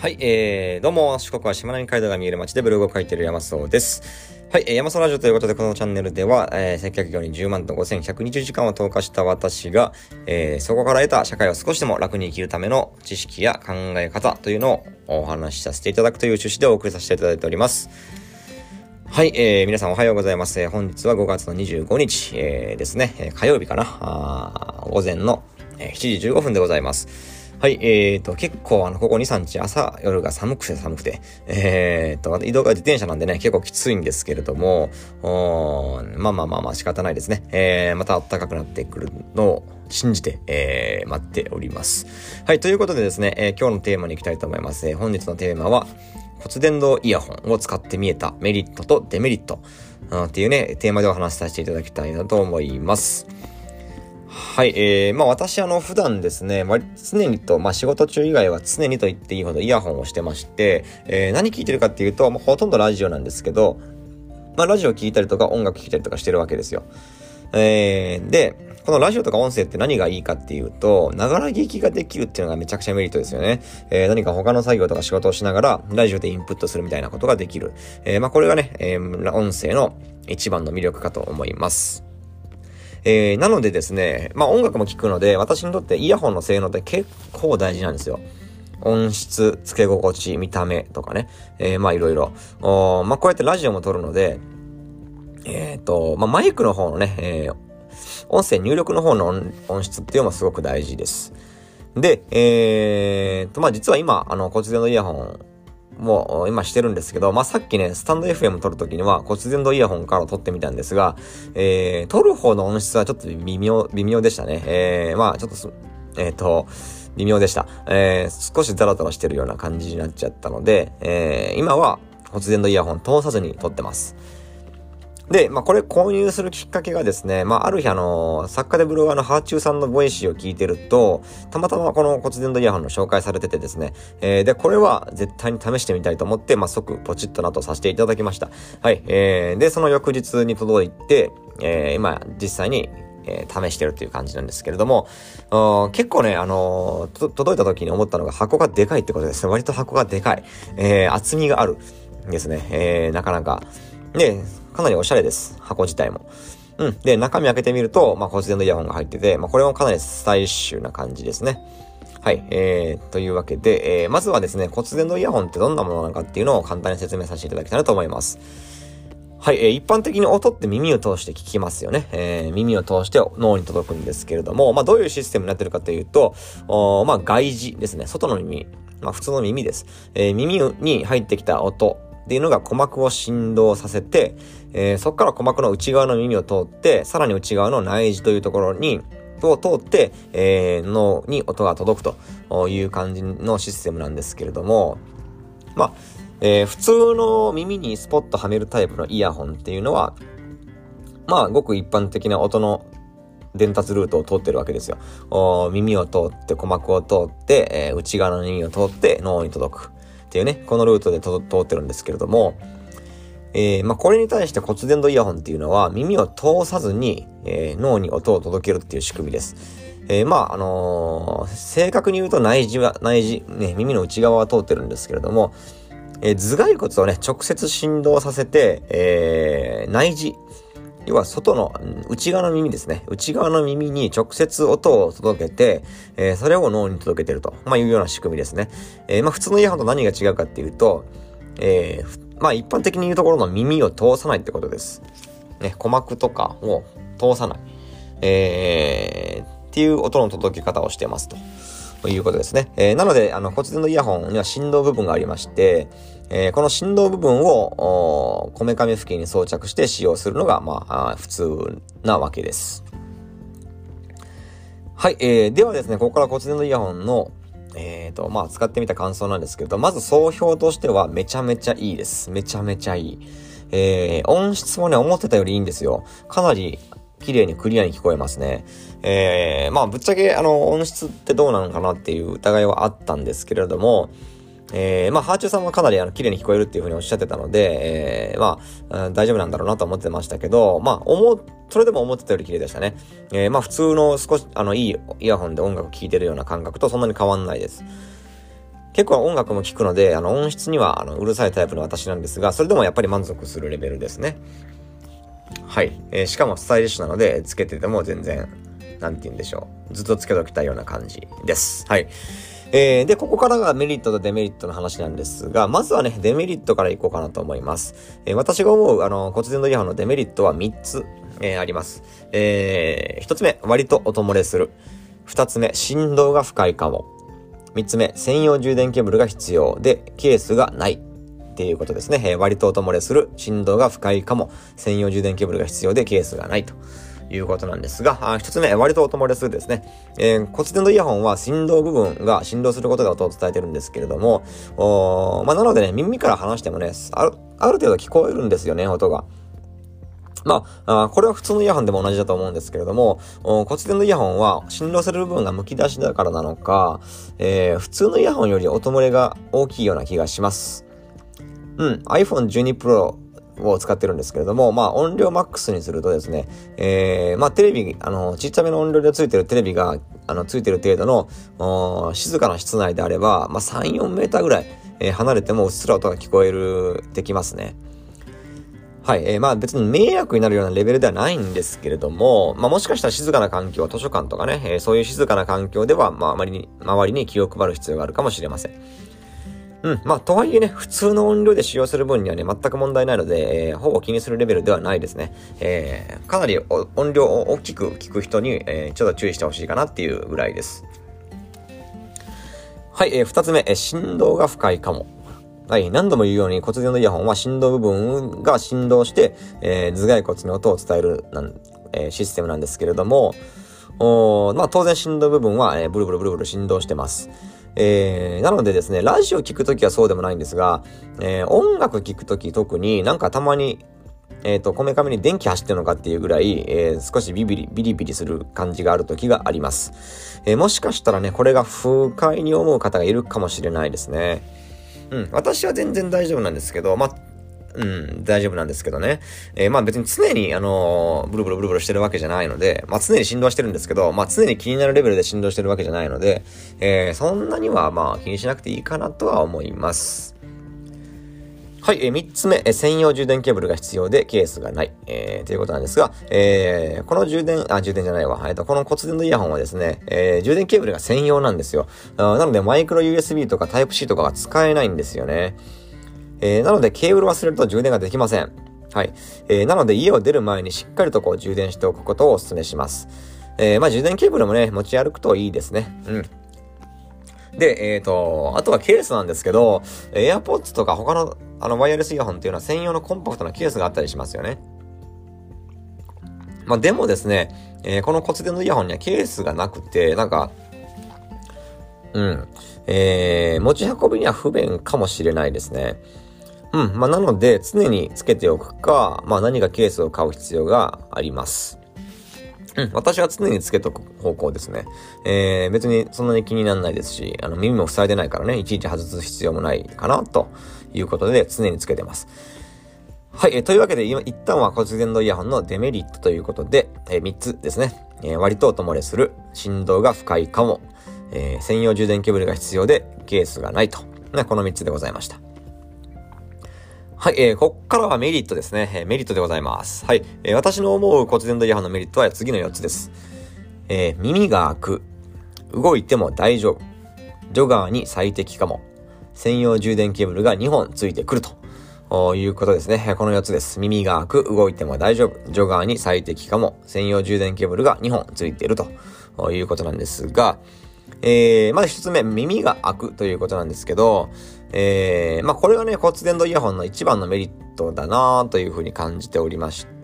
はい、どうも、四国はしまなみ海道が見える街でブログを書いている山荘です。はい、山荘ラジオということで、このチャンネルでは、接客業に10万と5120時間を投下した私が、そこから得た社会を少しでも楽に生きるための知識や考え方というのをお話しさせていただくという趣旨でお送りさせていただいております。はい、皆さんおはようございます。本日は5月の25日、ですね、火曜日かな、午前の7時15分でございます。はい、結構ここ2、3日朝、夜が寒くて、移動が自転車なんでね、結構きついんですけれども、まあ仕方ないですね。また暖かくなってくるのを信じて、待っております。はい、ということでですね、今日のテーマに行きたいと思います。本日のテーマは、骨伝導イヤホンを使って見えたメリットとデメリットっていうね、テーマでお話しさせていただきたいなと思います。はい、私普段ですね、常にと、仕事中以外は常にと言っていいほどイヤホンをしてまして、何聞いてるかっていうと、ほとんどラジオなんですけど、ラジオ聞いたりとか音楽聞いたりとかしてるわけですよ。で、このラジオとか音声って何がいいかっていうと、ながら聞きができるっていうのがめちゃくちゃメリットですよね。何か他の作業とか仕事をしながら、ラジオでインプットするみたいなことができる。これがね、音声の一番の魅力かと思います。なのでですね、音楽も聴くので、私にとってイヤホンの性能って結構大事なんですよ。音質、付け心地、見た目とかね。いろいろ。こうやってラジオも撮るので、マイクの方のね、音声入力の方の音質っていうのもすごく大事です。で、実は今、骨伝導イヤホン、もう今してるんですけど、さっきね、スタンド FM 撮るときには骨伝導イヤホンから撮ってみたんですが、撮る方の音質はちょっと微妙でしたね。微妙でした。少しザラザラしてるような感じになっちゃったので、今は骨伝導イヤホン通さずに撮ってます。で、これ購入するきっかけがですね、ある日作家でブロガーのハーチューさんのボイシーを聞いてると、たまたまこの骨伝導イヤホンの紹介されててですね、で、これは絶対に試してみたいと思って、即ポチッとなとさせていただきました。はい。で、その翌日に届いて、今実際に試してるという感じなんですけれども、結構ね、届いた時に思ったのが箱がでかいってことですね。割と箱がでかい。厚みがあるんですね。なかなか。で、かなりおしゃれです。箱自体も。で、中身開けてみると、骨伝導イヤホンが入ってて、これもかなりスタイリッシュな感じですね。はい。というわけで、まずはですね、骨伝導イヤホンってどんなものなのかっていうのを簡単に説明させていただきたいなと思います。はい。一般的に音って耳を通して聞きますよね。耳を通して脳に届くんですけれども、どういうシステムになってるかというと、外耳ですね。外の耳。普通の耳です。耳に入ってきた音っていうのが鼓膜を振動させて、そこから鼓膜の内側の耳を通って、さらに内側の内耳というところに、を通って、脳に音が届くという感じのシステムなんですけれども、普通の耳にスポッとはめるタイプのイヤホンっていうのは、ごく一般的な音の伝達ルートを通ってるわけですよ。耳を通って鼓膜を通って、内側の耳を通って脳に届くっていうね、このルートで通ってるんですけれども、これに対して骨伝導イヤホンっていうのは耳を通さずに、脳に音を届けるっていう仕組みです。正確に言うと内耳、ね、耳の内側は通ってるんですけれども、頭蓋骨をね、直接振動させて、内耳、要は外の内側の耳ですね。内側の耳に直接音を届けて、それを脳に届けてると、いうような仕組みですね。普通のイヤホンと何が違うかっていうと、一般的に言うところの耳を通さないってことです。ね、鼓膜とかを通さない。っていう音の届け方をしてますということですね。なので、骨伝導イヤホンには振動部分がありまして、この振動部分をこめかみ付近に装着して使用するのが、普通なわけです。はい、ではですね、ここから骨伝導イヤホンの使ってみた感想なんですけど、まず総評としてはめちゃめちゃいいです。めちゃめちゃいい。音質もね、思ってたよりいいんですよ。かなり綺麗にクリアに聞こえますね。ぶっちゃけ音質ってどうなのかなっていう疑いはあったんですけれども、ハーチューさんはかなり綺麗に聞こえるっていうふうにおっしゃってたので、大丈夫なんだろうなと思ってましたけど、それでも思ってたより綺麗でしたね。普通の少しいいイヤホンで音楽聴いてるような感覚とそんなに変わんないです。 結構音楽も聴くので、音質にはうるさいタイプの私なんですが、それでもやっぱり満足するレベルですね。はい。しかもスタイリッシュなので、つけてても全然、なんて言うんでしょう。ずっとつけときたいような感じです。はい。で、ここからがメリットとデメリットの話なんですが、まずはね、デメリットからいこうかなと思います。私が思う、骨伝導イヤホンのデメリットは3つ、あります。1つ目、割と音漏れする。2つ目、振動が不快かも。3つ目、専用充電ケーブルが必要で、ケースがない。っていうことですね。割と音漏れする、振動が不快かも、専用充電ケーブルが必要で、ケースがないということなんですが、1つ目、割と音漏れするですね。骨伝導イヤホンは振動部分が振動することで音を伝えてるんですけれども、なのでね、耳から離してもね、ある程度聞こえるんですよね、音が。これは普通のイヤホンでも同じだと思うんですけれども、骨伝導イヤホンは振動する部分が剥き出しだからなのか、普通のイヤホンより音漏れが大きいような気がします。iPhone 12 Pro を使ってるんですけれども、音量マックスにするとですね、テレビ、ちっちゃめの音量でついてるテレビが、ついてる程度の、静かな室内であれば、3、4メーターぐらい、離れてもうっすら音が聞こえてきますね。はい。別に迷惑になるようなレベルではないんですけれども、もしかしたら静かな環境、図書館とかね、そういう静かな環境では、周りに気を配る必要があるかもしれません。とはいえね、普通の音量で使用する分にはね、全く問題ないので、ほぼ気にするレベルではないですね。かなり音量を大きく聞く人に、ちょっと注意してほしいかなっていうぐらいです。はい、二つ目、振動が不快かも。はい、何度も言うように骨伝導イヤホンは振動部分が振動して、頭蓋骨の音を伝えるシステムなんですけれども、当然振動部分は、ブルブルブルブル振動してます。なのでですね、ラジオ聞くときはそうでもないんですが、音楽聞くとき特になんかたまに、こめかみに電気走ってるのかっていうぐらい、少しビリビリする感じがあるときがあります。もしかしたらね、これが不快に思う方がいるかもしれないですね。私は全然大丈夫なんですけど、大丈夫なんですけどね。別に常に、ブルブルブルブルしてるわけじゃないので、常に振動してるんですけど、常に気になるレベルで振動してるわけじゃないので、そんなには気にしなくていいかなとは思います。はい、3つ目、専用充電ケーブルが必要でケースがない、ということなんですが、この充電じゃないわ。この骨伝導イヤホンはですね、充電ケーブルが専用なんですよ。なので、マイクロ USB とかタイプ C とかが使えないんですよね。なので、ケーブル忘れると充電ができません。はい。なので、家を出る前にしっかりと充電しておくことをお勧めします。充電ケーブルもね、持ち歩くといいですね。で、あとはケースなんですけど、AirPods とか他のワイヤレスイヤホンっていうのは専用のコンパクトなケースがあったりしますよね。でもですね、この骨伝導イヤホンにはケースがなくて、持ち運びには不便かもしれないですね。なので、常につけておくか、何かケースを買う必要があります。私は常につけとく方向ですね。別にそんなに気にならないですし、耳も塞いでないからね、いちいち外す必要もないかな、ということで常につけてます。はい、というわけで一旦は骨伝導イヤホンのデメリットということで、3つですね。割と音漏れする、振動が不快かも、専用充電ケーブルが必要でケースがないと。この3つでございました。はい、こっからはメリットですね。メリットでございます。はい、私の思う骨伝導イヤホンのメリットは次の4つです。耳が開く。動いても大丈夫。ジョガーに最適かも。専用充電ケーブルが2本ついてくるということですね。この4つです。耳が開く。動いても大丈夫。ジョガーに最適かも。専用充電ケーブルが2本ついているということなんですが、まず1つ目、耳が開くということなんですけど、これがね、骨伝導イヤホンの一番のメリットだなというふうに感じておりまして、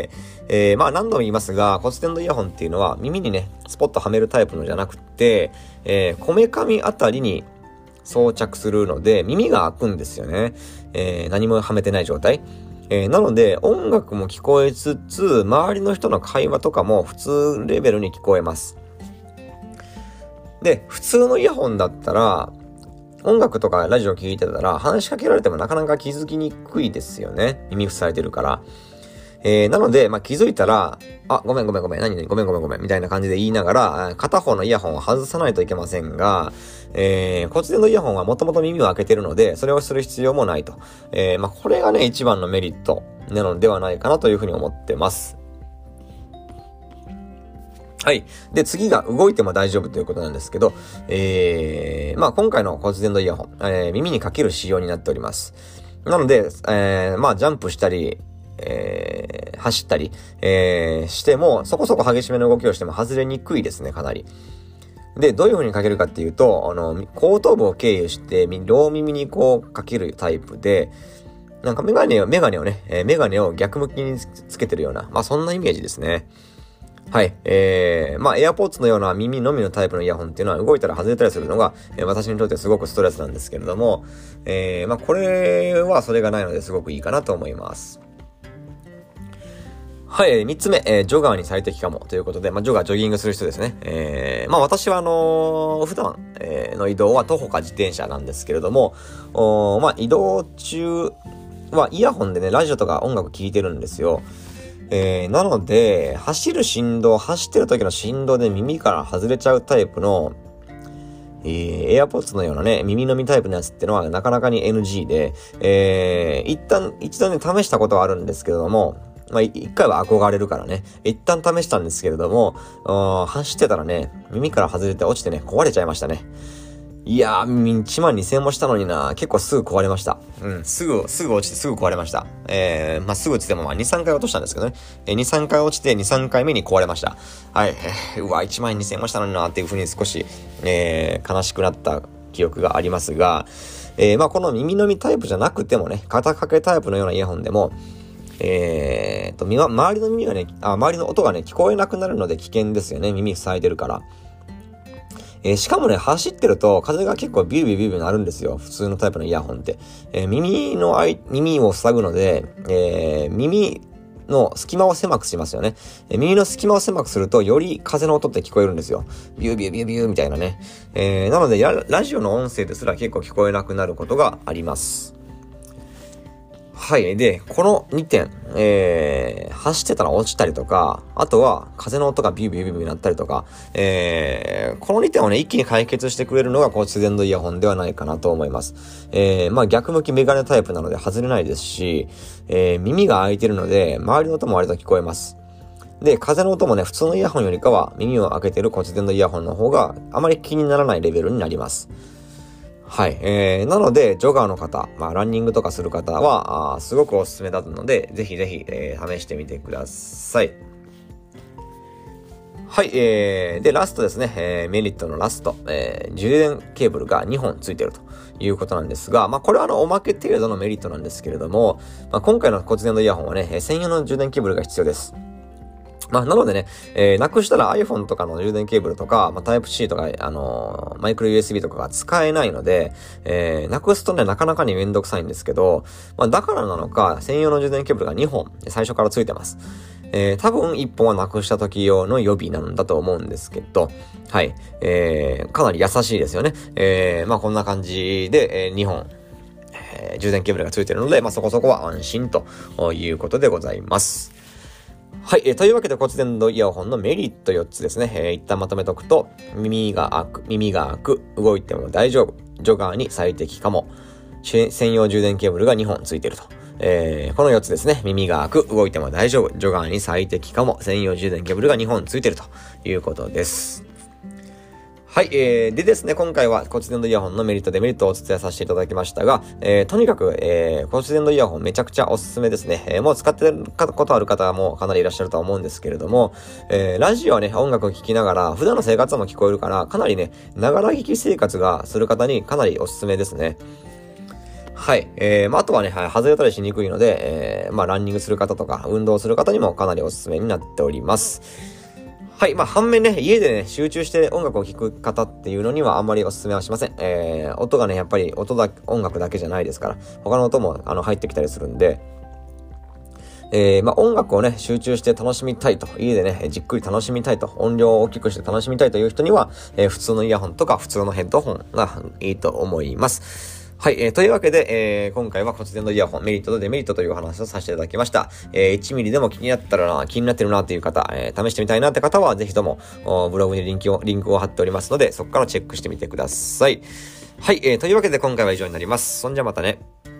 何度も言いますが、骨伝導イヤホンっていうのは耳にね、スポッとはめるタイプのじゃなくて、こめかみあたりに装着するので、耳が開くんですよね。何もはめてない状態。なので、音楽も聞こえつつ、周りの人の会話とかも普通レベルに聞こえます。で、普通のイヤホンだったら、音楽とかラジオ聞いてたら話しかけられてもなかなか気づきにくいですよね。耳塞いでるから。 なので、気づいたら、ごめん、何、ごめん、みたいな感じで言いながら、片方のイヤホンを外さないといけませんが、骨伝のイヤホンはもともと耳を開けてるので、それをする必要もないと。これがね、一番のメリットなのではないかなというふうに思ってます。はい。で、次が動いても大丈夫ということなんですけど、今回の骨伝のイヤホン、耳にかける仕様になっております。なので、ジャンプしたり、走ったり、しても、そこそこ激しめの動きをしても外れにくいですね、かなり。で、どういう風にかけるかっていうと、後頭部を経由して、両耳にこうかけるタイプで、なんかメガネを逆向きにつけてるような、そんなイメージですね。はい。AirPods のような耳のみのタイプのイヤホンっていうのは動いたら外れたりするのが、私にとってすごくストレスなんですけれども、これはそれがないのですごくいいかなと思います。はい、3つ目、ジョガーに最適かもということで、ジョガー、ジョギングする人ですね。私は普段、の移動は徒歩か自転車なんですけれども、移動中はイヤホンでね、ラジオとか音楽聴いてるんですよ。なので、走ってる時の振動で耳から外れちゃうタイプの、AirPods のようなね、耳のみタイプのやつってのはなかなかに NG で、一度ね、試したことはあるんですけれども、一回は憧れるからね、一旦試したんですけれども、走ってたらね、耳から外れて落ちてね、壊れちゃいましたね。いやー、1万2000円もしたのにな、結構すぐ壊れました。すぐ落ちてすぐ壊れました。すぐ落ちても2、3回落としたんですけどね。2、3回落ちて2、3回目に壊れました。はい。1万2000円もしたのになっていう風に少し、悲しくなった記憶がありますが、この耳のみタイプじゃなくてもね、肩掛けタイプのようなイヤホンでも、周りの耳がね、周りの音がね、聞こえなくなるので危険ですよね。耳塞いでるから。しかもね、走ってると風が結構ビュービュービュービューなるんですよ。普通のタイプのイヤホンって。耳を塞ぐので、耳の隙間を狭くしますよね。耳の隙間を狭くすると、より風の音って聞こえるんですよ。ビュービュービュービューみたいなね。なのでラジオの音声ですら結構聞こえなくなることがあります。はい。で、この2点、走ってたら落ちたりとか、あとは風の音がビュービュービュービューになったりとか、この2点をね、一気に解決してくれるのが骨伝導イヤホンではないかなと思います。逆向きメガネタイプなので外れないですし、耳が開いてるので、周りの音も割と聞こえます。で、風の音もね、普通のイヤホンよりかは耳を開けてる骨伝導イヤホンの方があまり気にならないレベルになります。はい。なので、ジョガーの方、ランニングとかする方は、すごくおすすめだので、ぜひぜひ、試してみてください。はい。で、ラストですね。メリットのラスト。充電ケーブルが2本ついているということなんですが、これはおまけ程度のメリットなんですけれども、今回の骨伝導イヤホンはね、専用の充電ケーブルが必要です。なのでね、なくしたら iPhone とかの充電ケーブルとか、タイプ C とか、マイクロ USB とかが使えないので、なくすとね、なかなかにめんどくさいんですけど、だからなのか、専用の充電ケーブルが2本、最初からついてます。多分1本はなくした時用の予備なんだと思うんですけど、はい。かなり優しいですよね。こんな感じで、2本、充電ケーブルがついているので、そこそこは安心ということでございます。はい、というわけで骨伝導イヤホンのメリット4つですね。一旦まとめとくと、耳が開く、動いても大丈夫、ジョガーに最適かも、専用充電ケーブルが2本ついていると。この4つですね。耳が開く、動いても大丈夫、ジョガーに最適かも、専用充電ケーブルが2本ついているということです。はい、でですね、今回は骨伝導イヤホンのメリットデメリットをお伝えさせていただきましたが、とにかく、骨伝導イヤホンめちゃくちゃおすすめですね。もう使ってることある方もかなりいらっしゃるとは思うんですけれども、ラジオはね、音楽を聴きながら、普段の生活も聞こえるから、かなりね、ながら聞き生活がする方にかなりおすすめですね。はい。あとはね、外れたりしにくいので、ランニングする方とか、運動する方にもかなりおすすめになっております。はい。反面ね、家でね、集中して音楽を聴く方っていうのにはあんまりおすすめはしません。音がね、やっぱり音楽だけじゃないですから、他の音も入ってきたりするんで、音楽をね、集中して楽しみたいと、家でね、じっくり楽しみたいと、音量を大きくして楽しみたいという人には、普通のイヤホンとか普通のヘッドホンがいいと思います。 はい、というわけで、今回は骨伝導イヤホン、メリットとデメリットというお話をさせていただきました。1ミリでも気になってるなという方、試してみたいなって方は、ぜひとも、ブログにリンクを貼っておりますので、そこからチェックしてみてください。はい、というわけで今回は以上になります。そんじゃまたね。